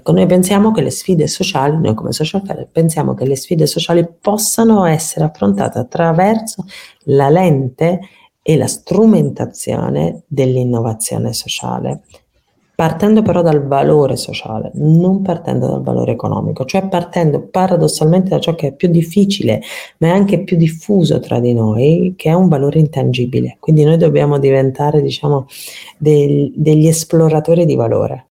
Ecco, noi pensiamo che le sfide sociali, noi come social care, pensiamo che le sfide sociali possano essere affrontate attraverso la lente e la strumentazione dell'innovazione sociale, partendo però dal valore sociale, non partendo dal valore economico, cioè partendo paradossalmente da ciò che è più difficile, ma è anche più diffuso tra di noi, che è un valore intangibile. Quindi noi dobbiamo diventare, diciamo, degli esploratori di valore.